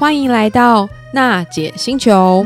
欢迎来到娜姐星球。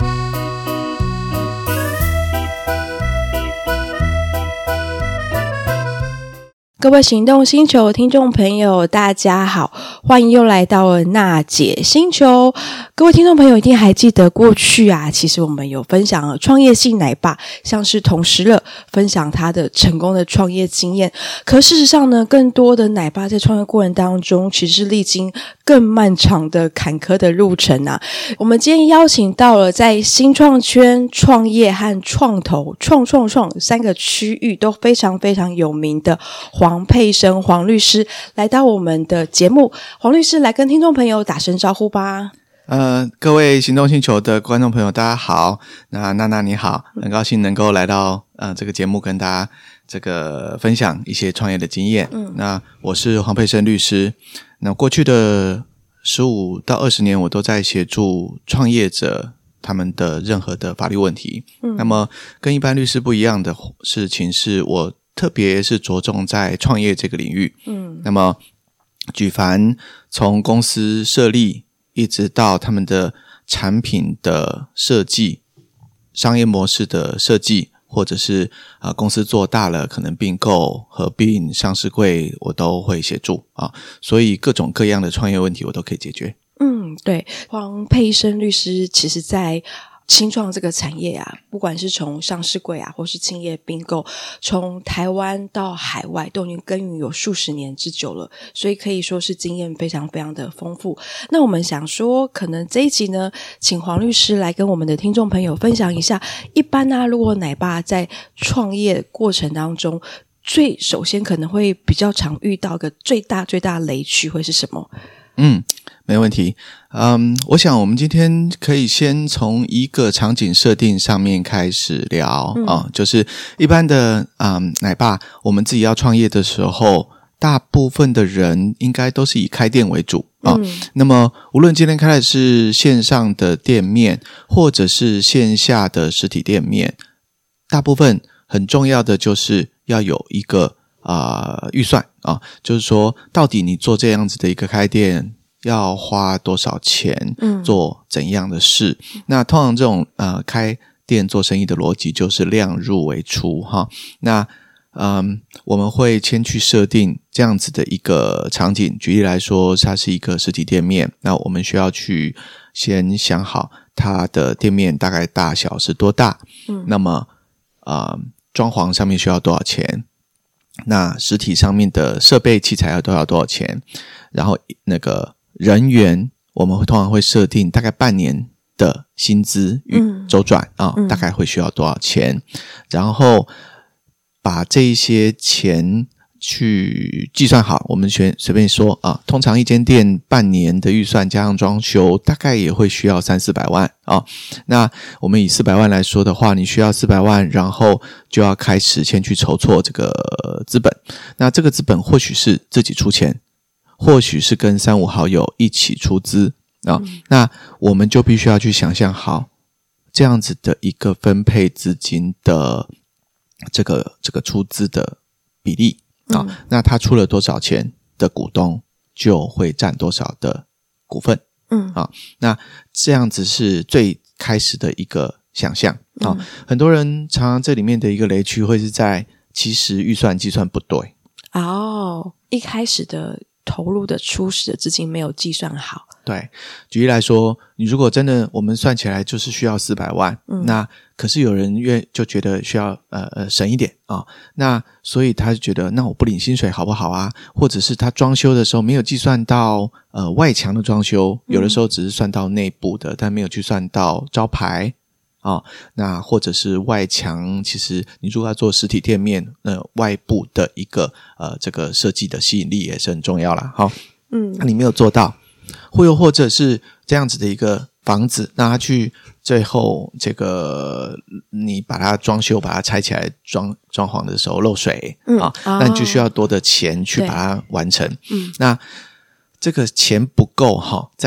各位行动星球的听众朋友大家好，欢迎又来到了娜姐星球。各位听众朋友一定还记得过去其实我们有分享了创业系奶爸，像是同时乐分享他的成功的创业经验。可事实上呢，更多的奶爸在创业过程当中其实是历经更漫长的坎坷的路程我们今天邀请到了在新创圈创业和创投创三个区域都非常非常有名的黄佩生黄律师来到我们的节目。黄律师来跟听众朋友打声招呼吧。 各位行动星球的观众朋友大家好，那娜娜你好，很高兴能够来到这个节目跟大家这个分享一些创业的经验。那我是黄佩生律师，那过去的15到20年我都在协助创业者他们的任何的法律问题。那么跟一般律师不一样的事情是我特别是着重在创业这个领域。那么举凡从公司设立一直到他们的产品的设计、商业模式的设计，或者是公司做大了可能并购、合并、上市柜，我都会协助所以各种各样的创业问题我都可以解决。 对，黄佩生律师其实在新创这个产业不管是从上市柜或是企业并购，从台湾到海外都已经耕耘有数十年之久了，所以可以说是经验非常非常的丰富。那我们想说可能这一集呢，请黄律师来跟我们的听众朋友分享一下，一般如果奶爸在创业过程当中首先可能会比较常遇到个最大雷区会是什么？ 没问题。我想我们今天可以先从一个场景设定上面开始聊就是一般的奶爸，我们自己要创业的时候，大部分的人应该都是以开店为主那么无论今天开的是线上的店面或者是线下的实体店面，大部分很重要的就是要有一个预算就是说到底你做这样子的一个开店要花多少钱，做怎样的事。那通常这种开店做生意的逻辑就是量入为出那我们会先去设定这样子的一个场景。举例来说，它是一个实体店面，那我们需要去先想好它的店面大概大小是多大，那么装潢上面需要多少钱，那实体上面的设备器材都要多少钱，然后那个人员我们通常会设定大概半年的薪资与周转大概会需要多少钱，然后把这一些钱去计算好。我们随便说通常一间店半年的预算加上装修大概也会需要300-400万那我们以400万来说的话，你需要400万，然后就要开始先去筹措这个资本。那这个资本或许是自己出钱，或许是跟3-5好友一起出资那我们就必须要去想象好这样子的一个分配资金的这个出资的比例那他出了多少钱的股东就会占多少的股份那这样子是最开始的一个想象很多人常常这里面的一个雷区会是在其实预算计算不对一开始的投入的初始的资金没有计算好。 对，举例来说，你如果真的我们算起来就是需要400万那可是有人就觉得需要省一点那所以他就觉得那我不领薪水好不好或者是他装修的时候没有计算到外墙的装修有的时候只是算到内部的但没有去算到招牌那或者是外墙，其实你如果要做实体店面外部的一个这个设计的吸引力也是很重要啦那你没有做到，又或者是这样子的一个房子，那它去最后这个你把它装修把它拆起来装潢的时候漏水那你就需要多的钱去把它完成那这个钱不够在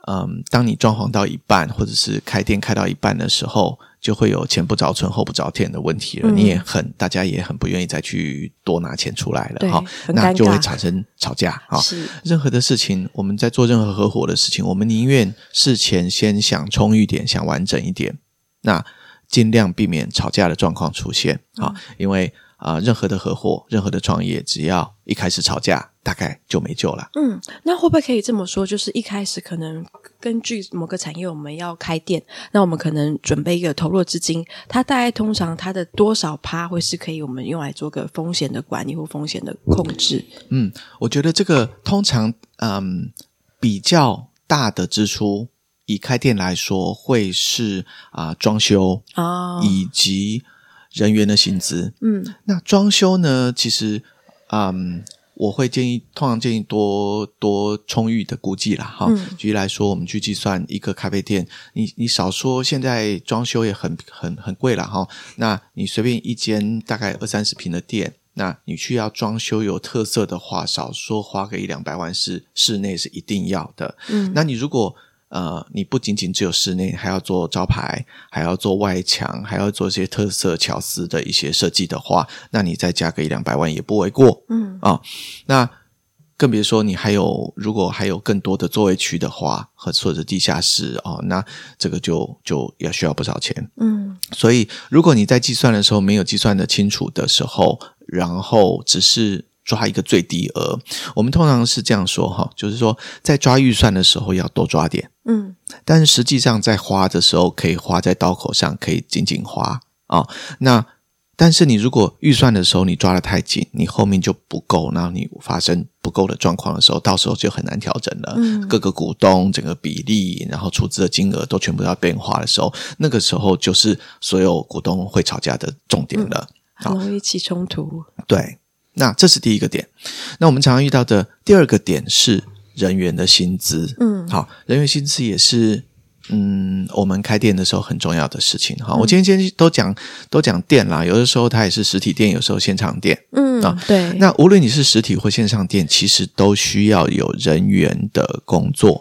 当你装潢到一半或者是开店开到一半的时候，就会有前不着村后不着店的问题了，大家也很不愿意再去多拿钱出来了， 对， 那就会产生吵架。任何的事情，我们在做任何合伙的事情，我们宁愿事前先想充裕点，想完整一点，那尽量避免吵架的状况出现。因为任何的合伙，任何的创业，只要一开始吵架，大概就没救了。 那会不会可以这么说，就是一开始可能根据某个产业我们要开店，那我们可能准备一个投入资金，它大概通常它的多少%会是可以我们用来做个风险的管理或风险的控制？ 我觉得这个通常比较大的支出，以开店来说会是装修以及人员的薪资。那装修呢，其实我会通常建议多充裕的估计啦。举例来说，我们去计算一个咖啡店，你少说现在装修也很贵啦。那你随便一间大概20-30平的店，那你需要装修有特色的话，少说花个100-200万是室内是一定要的。那你如果你不仅仅只有室内，还要做招牌，还要做外墙，还要做一些特色巧思的一些设计的话，那你再加个100-200万也不为过。那更别说你如果还有更多的座位区的话，或者地下室那这个就也需要不少钱。所以如果你在计算的时候没有计算得清楚的时候，然后只是抓一个最低额，我们通常是这样说就是说在抓预算的时候要多抓点，但是实际上在花的时候可以花在刀口上，可以紧紧花那但是你如果预算的时候你抓得太紧，你后面就不够，然后你发生不够的状况的时候，到时候就很难调整了。各个股东整个比例，然后出资的金额都全部要变化的时候，那个时候就是所有股东会吵架的重点了。 很容易起冲突。 对，那这是第一个点。那我们常常遇到的第二个点是人员的薪资。人员薪资也是我们开店的时候很重要的事情。我今天都讲店啦，有的时候它也是实体店，有时候线上店。 对。 那无论你是实体或线上店，其实都需要有人员的工作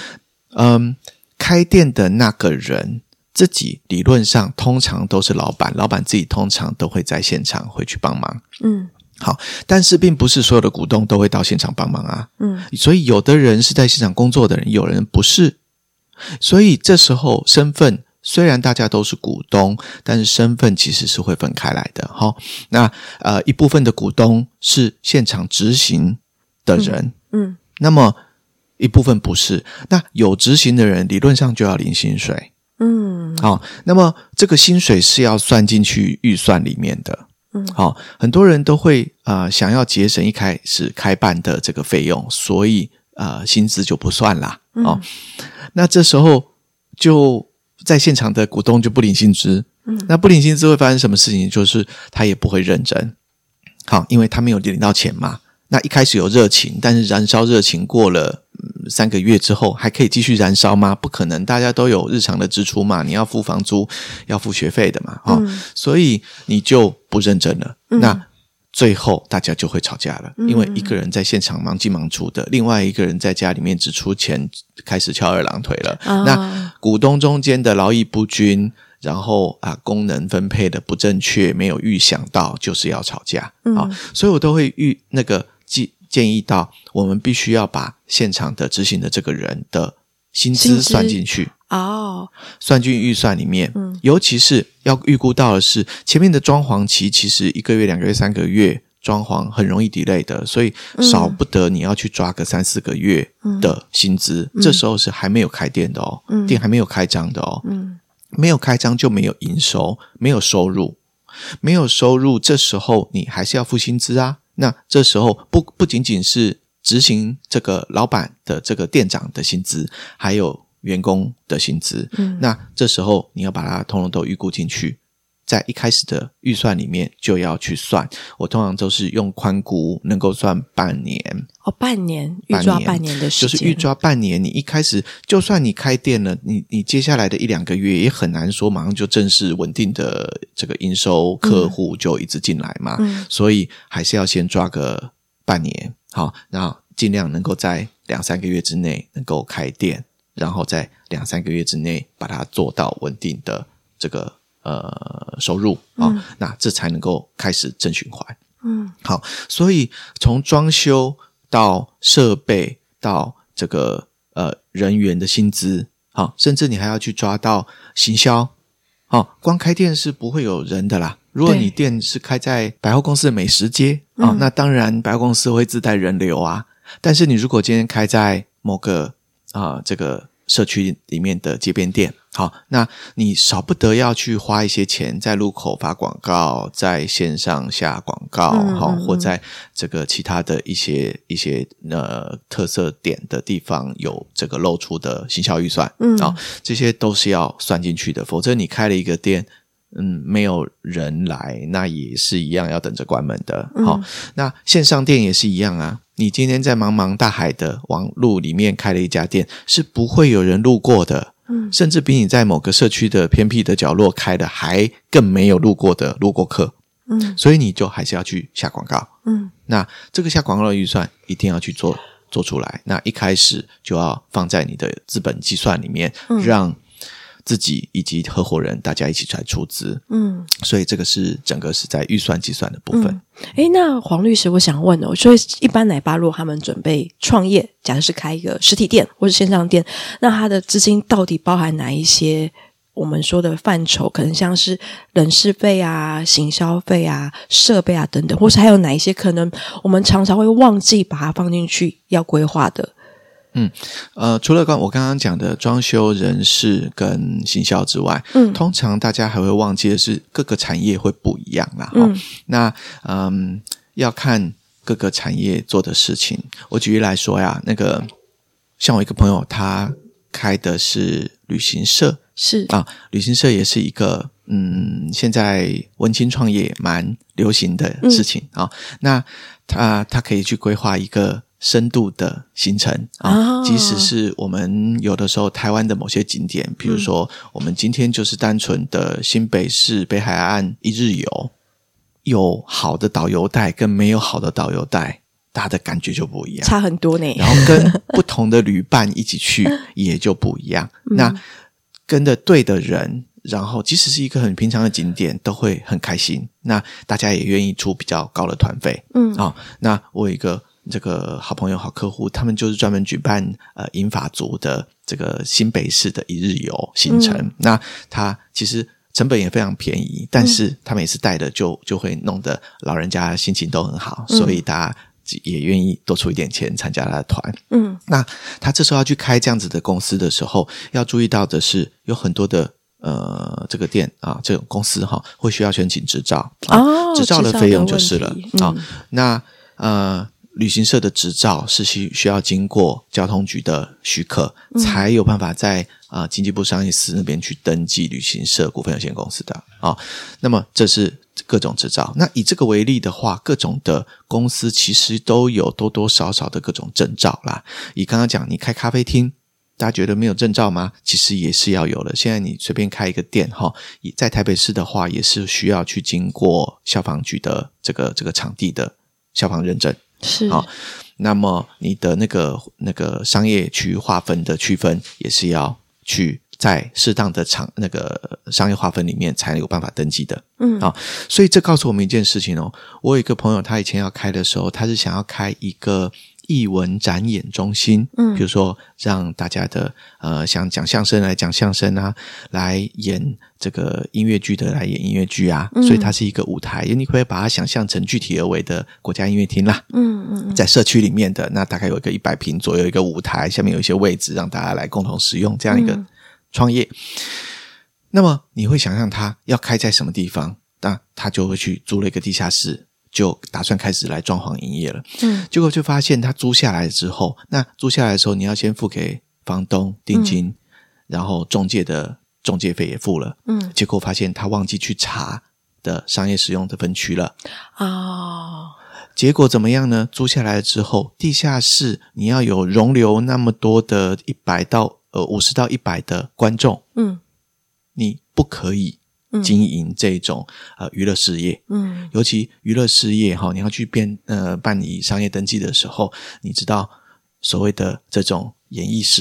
开店的那个人自己理论上通常都是老板自己通常都会在现场会去帮忙。但是并不是所有的股东都会到现场帮忙啊。所以有的人是在现场工作的人，有人不是。所以这时候身份虽然大家都是股东，但是身份其实是会分开来的。那一部分的股东是现场执行的人，那么一部分不是。那有执行的人理论上就要领薪水。那么这个薪水是要算进去预算里面的。很多人都会想要节省一开始开办的这个费用，所以薪资就不算啦。那这时候就在现场的股东就不领薪资。那不领薪资会发生什么事情？就是他也不会认真。因为他没有领到钱嘛。那一开始有热情，但是燃烧热情过了3个月之后还可以继续燃烧吗？不可能，大家都有日常的支出嘛，你要付房租，要付学费的嘛。所以你就不认真了。那最后大家就会吵架了。因为一个人在现场忙进忙出的，另外一个人在家里面只出钱，开始翘二郎腿了。那股东中间的劳逸不均，然后功能分配的不正确，没有预想到，就是要吵架。所以我都会建议到我们必须要把现场的执行的这个人的薪资算进去。算进预算里面。尤其是要预估到的是前面的装潢期，其实1个月、2个月、3个月装潢很容易 delay 的，所以少不得你要去抓个3-4个月的薪资。这时候是还没有开店的店还没有开张的没有开张就没有营收，没有收入，这时候你还是要付薪资啊。那这时候不仅仅是执行这个老板的这个店长的薪资，还有员工的薪资。那这时候你要把它通通都预估进去，在一开始的预算里面就要去算。我通常都是用宽估，能够算半年。 半年，预抓半年的时间， 就是预抓半年。你一开始就算你开店了，你接下来的1-2个月也很难说马上就正式稳定的这个营收客户就一直进来嘛。所以还是要先抓个半年，然后尽量能够在2-3个月之内能够开店， 然后在2-3个月之内把它做到稳定的这个收入那这才能够开始正循环。好，所以从装修到设备到这个人员的薪资，好，甚至你还要去抓到行销。光开店是不会有人的啦。如果你店是开在百货公司的美食街那当然百货公司会自带人流啊。但是你如果今天开在某个这个社区里面的街边店，好，那你少不得要去花一些钱在路口发广告，在线上下广告或在这个其他的一些特色点的地方有这个露出的行销预算这些都是要算进去的。否则你开了一个店没有人来，那也是一样要等着关门的那线上店也是一样啊。你今天在茫茫大海的网路里面开了一家店，是不会有人路过的甚至比你在某个社区的偏僻的角落开的还更没有路过的路过客所以你就还是要去下广告那这个下广告的预算一定要去做出来。那一开始就要放在你的资本计算里面让自己以及合伙人大家一起来出资所以这个是整个是在预算计算的部分那黄律师我想问所以一般奶爸如果他们准备创业，假设是开一个实体店或是线上店，那他的资金到底包含哪一些我们说的范畴，可能像是人事费啊、行销费啊、设备啊等等，或是还有哪一些可能我们常常会忘记把它放进去要规划的？ 除了我刚刚讲的装修、人事跟行销之外通常大家还会忘记的是各个产业会不一样啦那要看各个产业做的事情。我举例来说呀，像我一个朋友他开的是旅行社， 是旅行社也是一个现在文青创业蛮流行的事情那他可以去规划一个深度的行程即使是我们有的时候台湾的某些景点，比如说我们今天就是单纯的新北市北海岸一日游，有好的导游带跟没有好的导游带大家的感觉就不一样， 差很多呢。 然后跟不同的旅伴一起去也就不一样那跟着对的人，然后即使是一个很平常的景点都会很开心，那大家也愿意出比较高的团费那我有一个这个好朋友好客户，他们就是专门举办银发族的这个新北市的一日游行程那他其实成本也非常便宜，但是他每次带的就会弄得老人家心情都很好所以大家也愿意多出一点钱参加他的团那他这时候要去开这样子的公司的时候，要注意到的是有很多的这个店这种公司会需要申请执照执照的费用就是了那旅行社的执照是需要经过交通局的许可才有办法在经济部商业司那边去登记旅行社股份有限公司的那么这是各种执照。那以这个为例的话，各种的公司其实都有多多少少的各种证照啦。以刚刚讲你开咖啡厅，大家觉得没有证照吗？其实也是要有的。现在你随便开一个店在台北市的话也是需要去经过消防局的这个场地的消防认证是那么你的那个商业区划分的区分也是要去在适当的那个商业划分里面才有办法登记的所以这告诉我们一件事情我有一个朋友，他以前要开的时候，他是想要开一个艺文展演中心比如说让大家的想讲相声来讲相声来演这个音乐剧的来演音乐剧所以它是一个舞台，你可以把它想象成具体而为的国家音乐厅啦在社区里面的，那大概有一个100平左右一个舞台，下面有一些位置让大家来共同使用，这样一个创业那么你会想象他要开在什么地方，那他就会去租了一个地下室，就打算开始来装潢营业了结果就发现他租下来之后，那租下来的时候你要先付给房东定金然后中介费也付了结果发现他忘记去查的商业使用的分区了结果怎么样呢？租下来之后，地下室你要有容留那么多的50到100的观众你不可以经营这种娱乐事业尤其娱乐事业你要去办理商业登记的时候，你知道所谓的这种演艺事业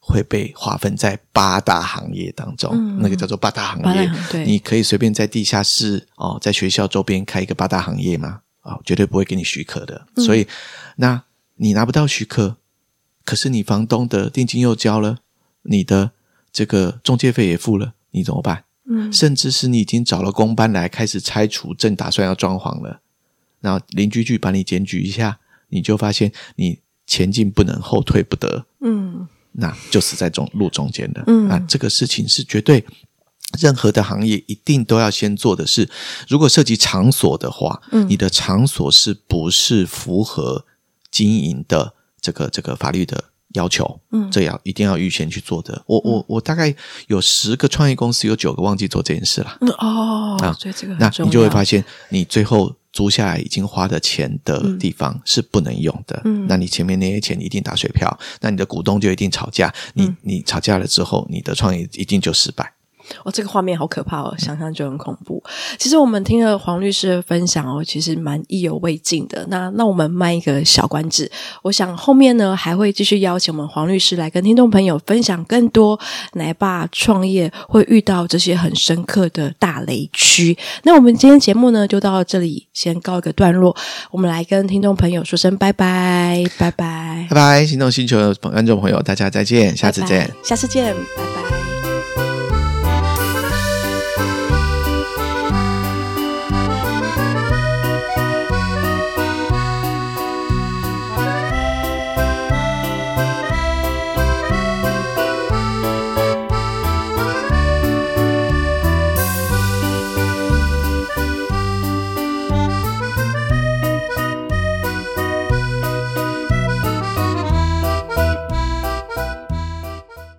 会被划分在8大行业当中，那个叫做8大行业。 对， 你可以随便在地下室在学校周边开一个8大行业吗？绝对不会给你许可的。所以那你拿不到许可，可是你房东的定金又交了，你的这个中介费也付了，你怎么办？甚至是你已经找了工班来开始拆除，正打算要装潢了，然后邻居去把你检举一下，你就发现你前进不能后退不得，那就死在路中间了。这个事情是绝对任何的行业一定都要先做的事。如果涉及场所的话，你的场所是不是符合经营的这个法律的要求，这一定要预先去做的。我大概有10个创业公司，有9个忘记做这件事了。 所以这个很重要。 那你就会发现，你最后租下来已经花的钱的地方是不能用的。那你前面那些钱一定打水漂，那你的股东就一定吵架。你吵架了之后，你的创业一定就失败。 这个画面好可怕想象就很恐怖。其实我们听了黄律师的分享其实蛮意犹未尽的。那我们卖一个小关子，我想后面呢还会继续邀请我们黄律师来跟听众朋友分享更多奶爸创业会遇到这些很深刻的大雷区。那我们今天节目呢就到这里先告一个段落，我们来跟听众朋友说声拜拜，拜拜， 拜拜，行动星球的观众朋友，大家再见，下次见， 下次见，拜拜。